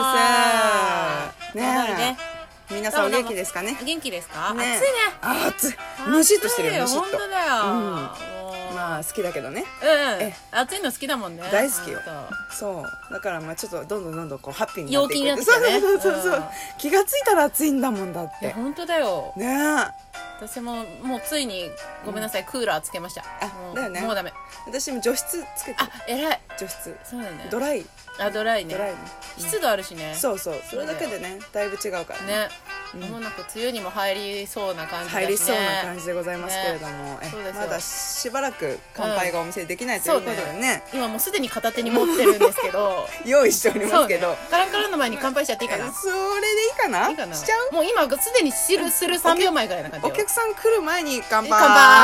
ですね。 ね、 皆さんお元気ですかね。 元気ですか、 ね、 暑いね。 暑い。ムシッとしてるよ、ムシッと。 本当だよ、 まあ好きだけどね。 暑いの好きだもんね。 大好きよ。そうだからまあちょっとどんどんこうハッピーになっていく。 陽気になってきたね。 そう気がついたら暑いんだもんだって。 本当だよね。 私ももうついにごめんなさい、クーラーつけました。 だよね。 もうダメ。 私も除湿つけて。 偉い。 除湿。 そうだね。 ドライ。 ドライね。湿度あるしね。 そうそれだけでねだいぶ違うからね。 間もなく梅雨にも入りそうな感じだしね。 入りそうな感じでございますけれども、まだしばらく乾杯がお店できないということでね。 今もうすでに片手に持ってるんですけど用意しておりますけど、 カランカランの前に乾杯しちゃっていいかな。 それでいいかな。しちゃう。 もう今すでにする3秒前ぐらいな感じ。 お客さん来る前に乾杯。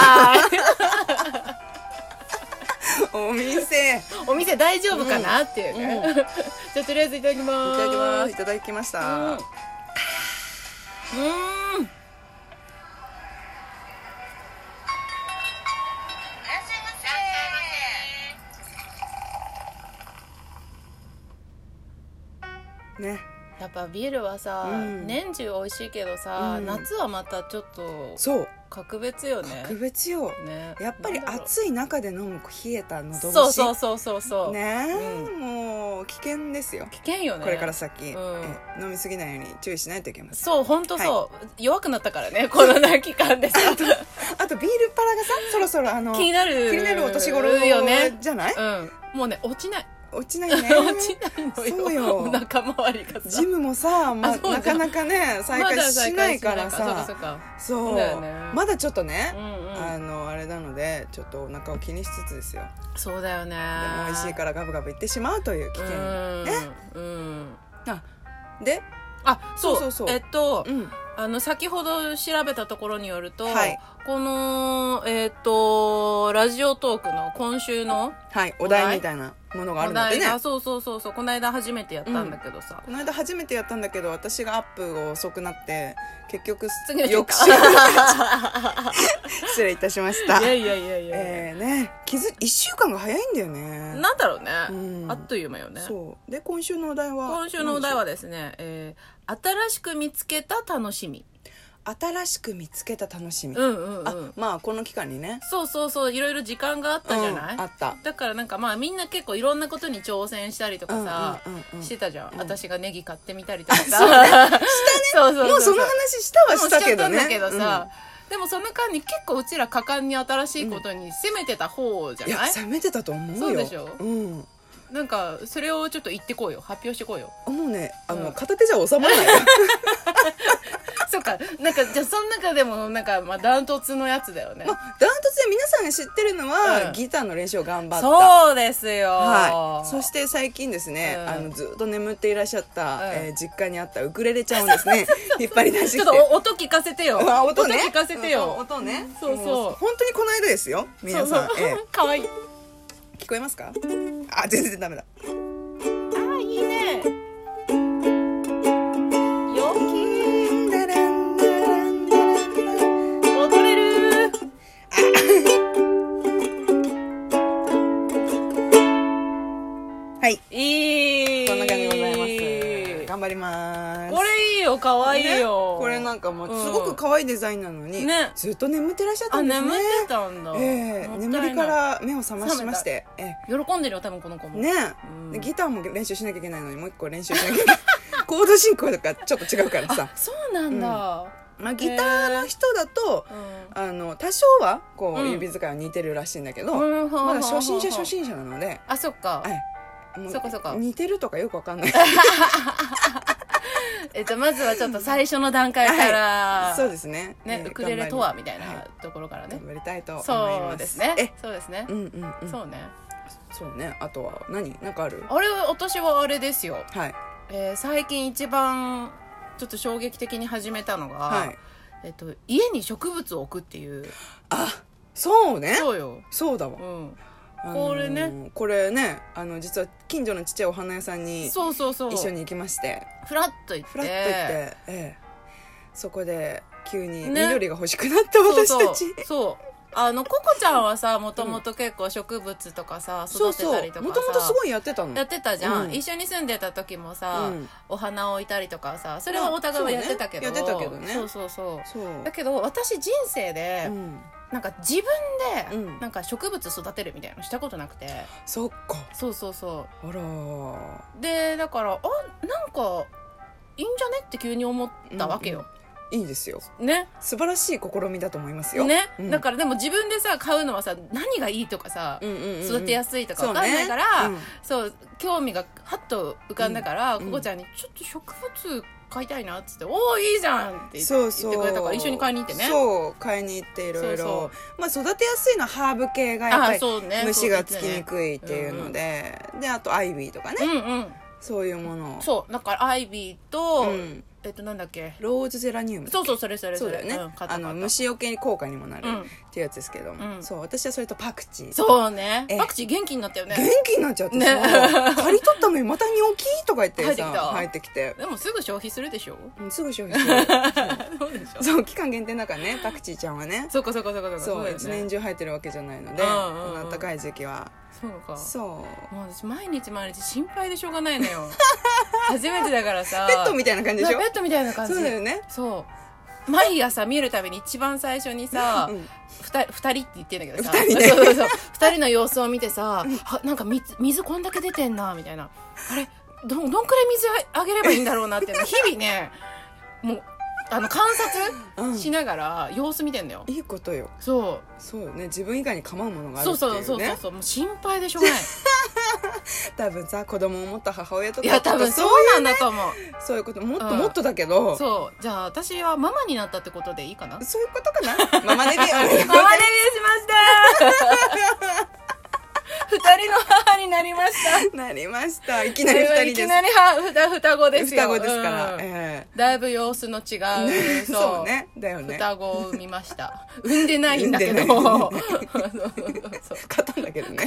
お店大丈夫かなっていうね。じゃあとりあえずいただきます。 いただきました。ね。 やっぱビールはさ、年中美味しいけどさ、夏はまたちょっと格別よね。 格別よ、やっぱり暑い中で飲む冷えた喉越し。 そうね、もう危険ですよ。 危険よね。 これから先、飲みすぎないように注意しないといけません。 そう本当そう、弱くなったからねコロナ期間でさ。 あとビールパラがさそろそろ気になるお年頃よねじゃない。 もうね落ちないね。 落ちないのよ。 そうよ。お腹周りがさ。 ジムもさ、なかなかね再開しないからさ。そう。まだちょっとね、あれなのでちょっとお腹を気にしつつですよ。 そうだよね。 でも美味しいからガブガブいってしまうという危険ね。で、 そう先ほど調べたところによると、このラジオトークの今週のお題みたいなものがあるのでね。 そうこの間初めてやったんだけどさ、 この間初めてやったんだけど私がアップが遅くなって結局翌週失礼いたしました。 いやね、1週間が早いんだよね。 なんだろうね、あっという間よね。 そうで今週のお題はですね、新しく見つけた楽しみ。 新しく見つけた楽しみ。まあこの期間にね。 そういろいろ時間があったじゃない。 あった。 だからなんかまあみんな結構いろんなことに挑戦したりとかさしてたじゃん。私がネギ買ってみたりとかさ。 したね。もうその話したけどね。 でもその間に結構うちら果敢に新しいことに攻めてた方じゃない。 いや攻めてたと思うよ。 そうでしょ。なんかそれをちょっと言ってこうよ、発表してこうよ。 もうね片手じゃ収まらないよ。 そっか、なんかじゃあその中でもなんかダントツのやつだよね。 ダントツで皆さんが知ってるのは、ギターの練習を頑張った。 そうですよ。 そして最近ですね、ずっと眠っていらっしゃった、実家にあったウクレレちゃんをですね引っ張り出してきて、 ちょっと音聞かせてよ。 音聞かせてよ。 音ね。 そう本当にこの間ですよ皆さん。 かわいい。 聞こえますか？全然ダメだ。 いいね。陽気。踊れる。 はい。 いい。 こんな感じでございます。頑張ります。 これいいよ、可愛いよ。 これなんかもうすごく可愛いデザインなのに、ずっと眠ってらっしゃったんですね。 眠ってたんだ。 眠りから目を覚ましまして、 喜んでるよ多分この子も。 ね。ギターも練習しなきゃいけないのにもう一個練習しなきゃいけない。コード進行とかちょっと違うからさ。 そうなんだ。 ギターの人だと多少はこう指使いは似てるらしいんだけど、まだ初心者なので。 そっか。そっか。 似てるとかよくわかんない。 まずはちょっと最初の段階からそうですね。 ウクレレとはみたいなところからね。 頑張りたいと思います。 そうですね。 そうね。あとは何かある？ 私はあれですよ。 はい。 最近一番ちょっと衝撃的に始めたのが、家に植物を置くっていう。 そうね。 そうよ。 そうだわ。これね実は近所のちっちゃいお花屋さんに一緒に行きまして、 フラッと行って、 そこで急に緑が欲しくなった私たち。 ココちゃんはさもともと結構植物とかさ育てたりとかさ、 もともとすごいやってたの。 やってたじゃん、一緒に住んでた時もさ、お花を置いたりとかさ、それはお互いやってたけど、 やってたけどね。 そうだけど私人生で、なんか自分でなんか植物育てるみたいなのしたことなくて、 そっか。 そうあら。 でだからなんかいいんじゃねって急に思ったわけよ。 いいですよね、 素晴らしい試みだと思いますよね、だからでも自分でさ買うのはさ何がいいとかさ、育てやすいとか分かんないから、そう興味がハッと浮かんだから、ココちゃんにちょっと植物買いたいなっつって、おおいいじゃんって言ってくれたから一緒に買いに行ってね。 そう買いに行っていろいろ、まあ、育てやすいのはハーブ系がやっぱり虫がつきにくいっていうので、であとアイビーとかね、そういうものを、 そうだからアイビーと、なんだっけ、 ローズゼラニウム。 そうそれそうだよね、虫除けに効果にもなるっていうやつですけど、そう私はそれとパクチー。 そうね、パクチー元気になったよね。 元気になっちゃってさ、刈り取ったのにまたニョキとか言ってさ入ってきて、 でもすぐ消費するでしょ。 すぐ消費する。そう期間限定だからね、パクチーちゃんはね。そう一年中入ってるわけじゃないので、この暖かい時期は。 そうか。 そうもう私毎日心配でしょうがないのよ。初めてだからさ。 ペットみたいな感じでしょ。 ペットみたいな感じ。 そうだよね。 そう毎朝見るたびに一番最初にさ、二人って言ってんだけどさ、二人の様子を見てさ、なんか水こんだけ出てんなみたいな、あれどんくらい水あげればいいんだろうなって日々ね、もう観察しながら様子見てんだよ。 いいことよ。そうよね、自分以外に構うものがあるっていうね。 そうもう心配でしょうがない。 多分さ子供を持った母親とか、 いや多分そうなんだと思う。 そういうこともっとだけど、 そうじゃあ私はママになったってことでいいかな。 そういうことかな。ママデビューしました二人の母になりました。いきなり二人です。いきなり双子ですよ。 双子ですから、 だいぶ様子の違うそうね、だよね、 双子を産みました。産んでないんだけど、 買ったんだけどね。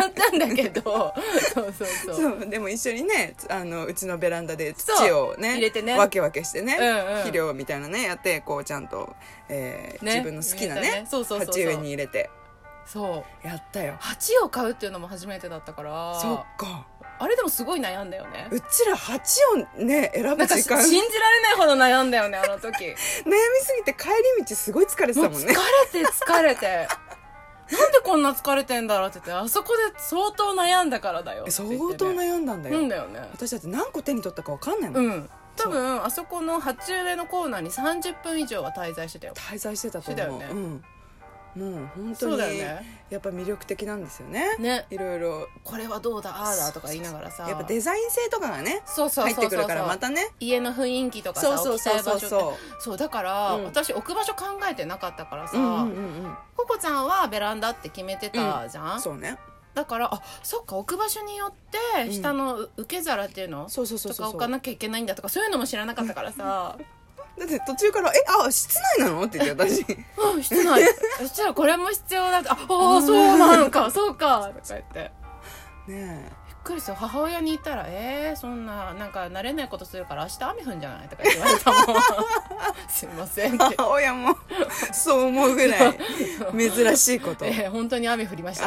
そうでも一緒にね、うちのベランダで土をね入れてね、分けしてね、肥料みたいなねやって、こうちゃんと自分の好きなね鉢植えに入れて、そうやったよ。 鉢を買うっていうのも初めてだったから。 そっか。 あれでもすごい悩んだよね。 うちら鉢をね選ぶ時間信じられないほど悩んだよね、あの時。 悩みすぎて帰り道すごい疲れてたもんね。 疲れてなんでこんな疲れてんだろうって言って、あそこで相当悩んだからだよって言って、ね、 相当悩んだんだよ。 だよね。 私だって何個手に取ったか分かんないもん。 多分あそこの鉢植えのコーナーに30分以上は滞在してたよ。 滞在してたと思う。 してたよね。 もう本当にやっぱ魅力的なんですよね。いろいろこれはどうだああだとか言いながらさ、 やっぱデザイン性とかがね入ってくるからまたね、 家の雰囲気とかさ、置きたい場所って、そうだから、私置く場所考えてなかったからさ、ココちゃんはベランダって決めてたじゃん。 そうね。 だからそっか、置く場所によって下の受け皿っていうのとか置かなきゃいけないんだとか、そういうのも知らなかったからさ。 だって途中から室内なのって言って私室内そしたらこれも必要だって、そうなのかそうかとか言ってねびっくりした。母親に言ったらそんななんか慣れないことするから明日雨降るんじゃないとか言われたもん。すいませんって。 母親もそう思うぐらい珍しいこと。 本当に雨降りました。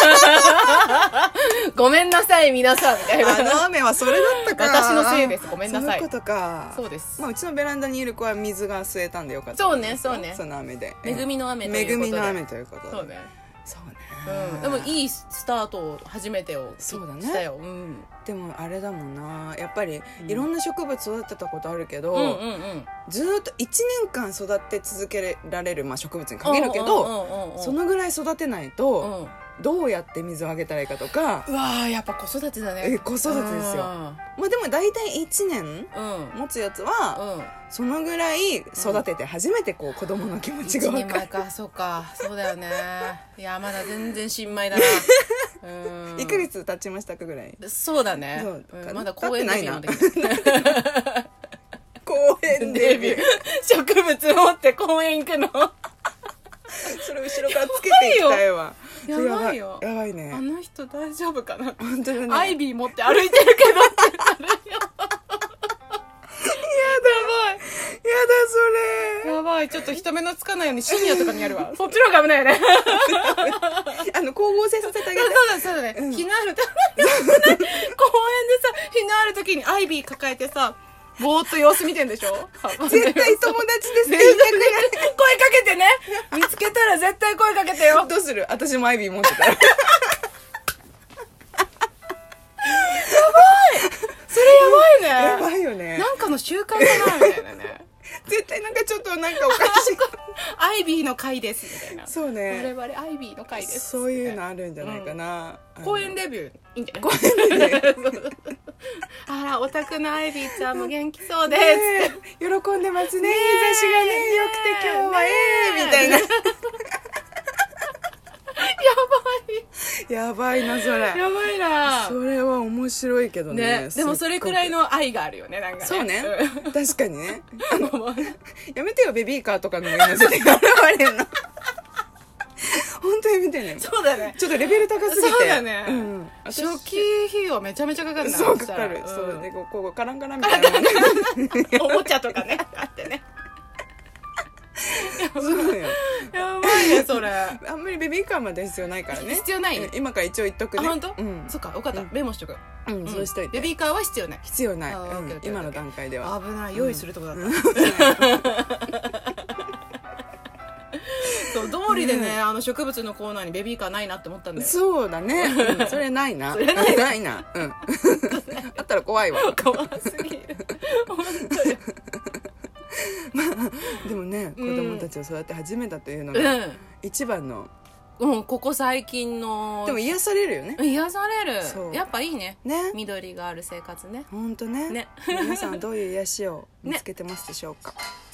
ごめんなさい皆さんみたいな。 あの雨はそれだったか。 私のせいです、ごめんなさい。 そういうことか。 そうです。 うちのベランダにいる子は水が吸えたんでよかった。 そうね。その雨で恵みの雨ということで。 恵みの雨ということで。 そうね。でもいいスタート初めてをしたよ。 でもあれだもんな、やっぱりいろんな植物育てたことあるけど、ずっと1年間育て続けられる、植物に限るけど、そのぐらい育てないとどうやって水をあげたらいいかとか。 うわー、やっぱ子育てだね。 子育てですよ。でも大体1年持つやつはそのぐらい育てて初めて子供の気持ちが分かる。1年前か。そうか、そうだよね。いやまだ全然新米だな。 1ヶ月経ちましたかぐらい。 そうだね。まだ公園デビューの時。 公園デビュー。 植物持って公園行くの。 それ後ろからつけていきたいわ。 やばいよ。 やばいね。 あの人大丈夫かな。 本当だね。 アイビー持って歩いてるけどってなるよ。 やだそれ。 やばい。 い、ちょっと人目のつかないように深夜とかにやるわ。そっちの方が危ないよね。 光合成させてあげて。 そうだね、日のある公園でさ、日のある時にアイビー抱えてさ、ぼーっと様子見てんでしょ。 絶対友達ですって声かけてね。見つけたら絶対声かけてよ。 どうする？私もアイビー持ってたら。 それやばいね。 やばいよね。 なんかの習慣かなみたいなね。 絶対なんかちょっとなんかおかしい。 アイビーの会ですみたいな。 そうね。 我々アイビーの会です。 そういうのあるんじゃないかな。 公園デビューいいんじゃない？ 公園デビュー。 あら、お宅のアイビーちゃんも元気そうです。 喜んでますね。日差しがね、良くて今日はみたいな。やばいなそれ。 やばいな。 それは面白いけどね。 でもそれくらいの愛があるよね、なんかね。 そうね。確かにね。やめてよ、ベビーカーとかの上に乗せて現れるの。本当やめてね。 そうだね。 ちょっとレベル高すぎて。 そうだね。初期費用めちゃめちゃかかるな。 そうかかる。そうでこうカランカランみたいな。 おもちゃとかね、あってね。 そうよ。 やばいね、それ。あんまりベビーカーまで必要ないからね。 必要ない。 今から一応言っとくね。 本当？そっか、分かった。メモしとく。 そうしといて。 ベビーカーは必要ない。 必要ない。今の段階では。 危ない。用意するとこだった。そう、道理でね、植物のコーナーにベビーカーないなって思ったんだよ。 そうだね。それないな。ないな。あったら怖いわ。 怖すぎる。本当よ。 まあでもね、子供たちを育て始めたというのが一番の、 ここ最近の。 でも癒されるよね。 癒される。やっぱいいね。緑がある生活ね。 本当ね。皆さんどういう癒しを見つけてますでしょうか。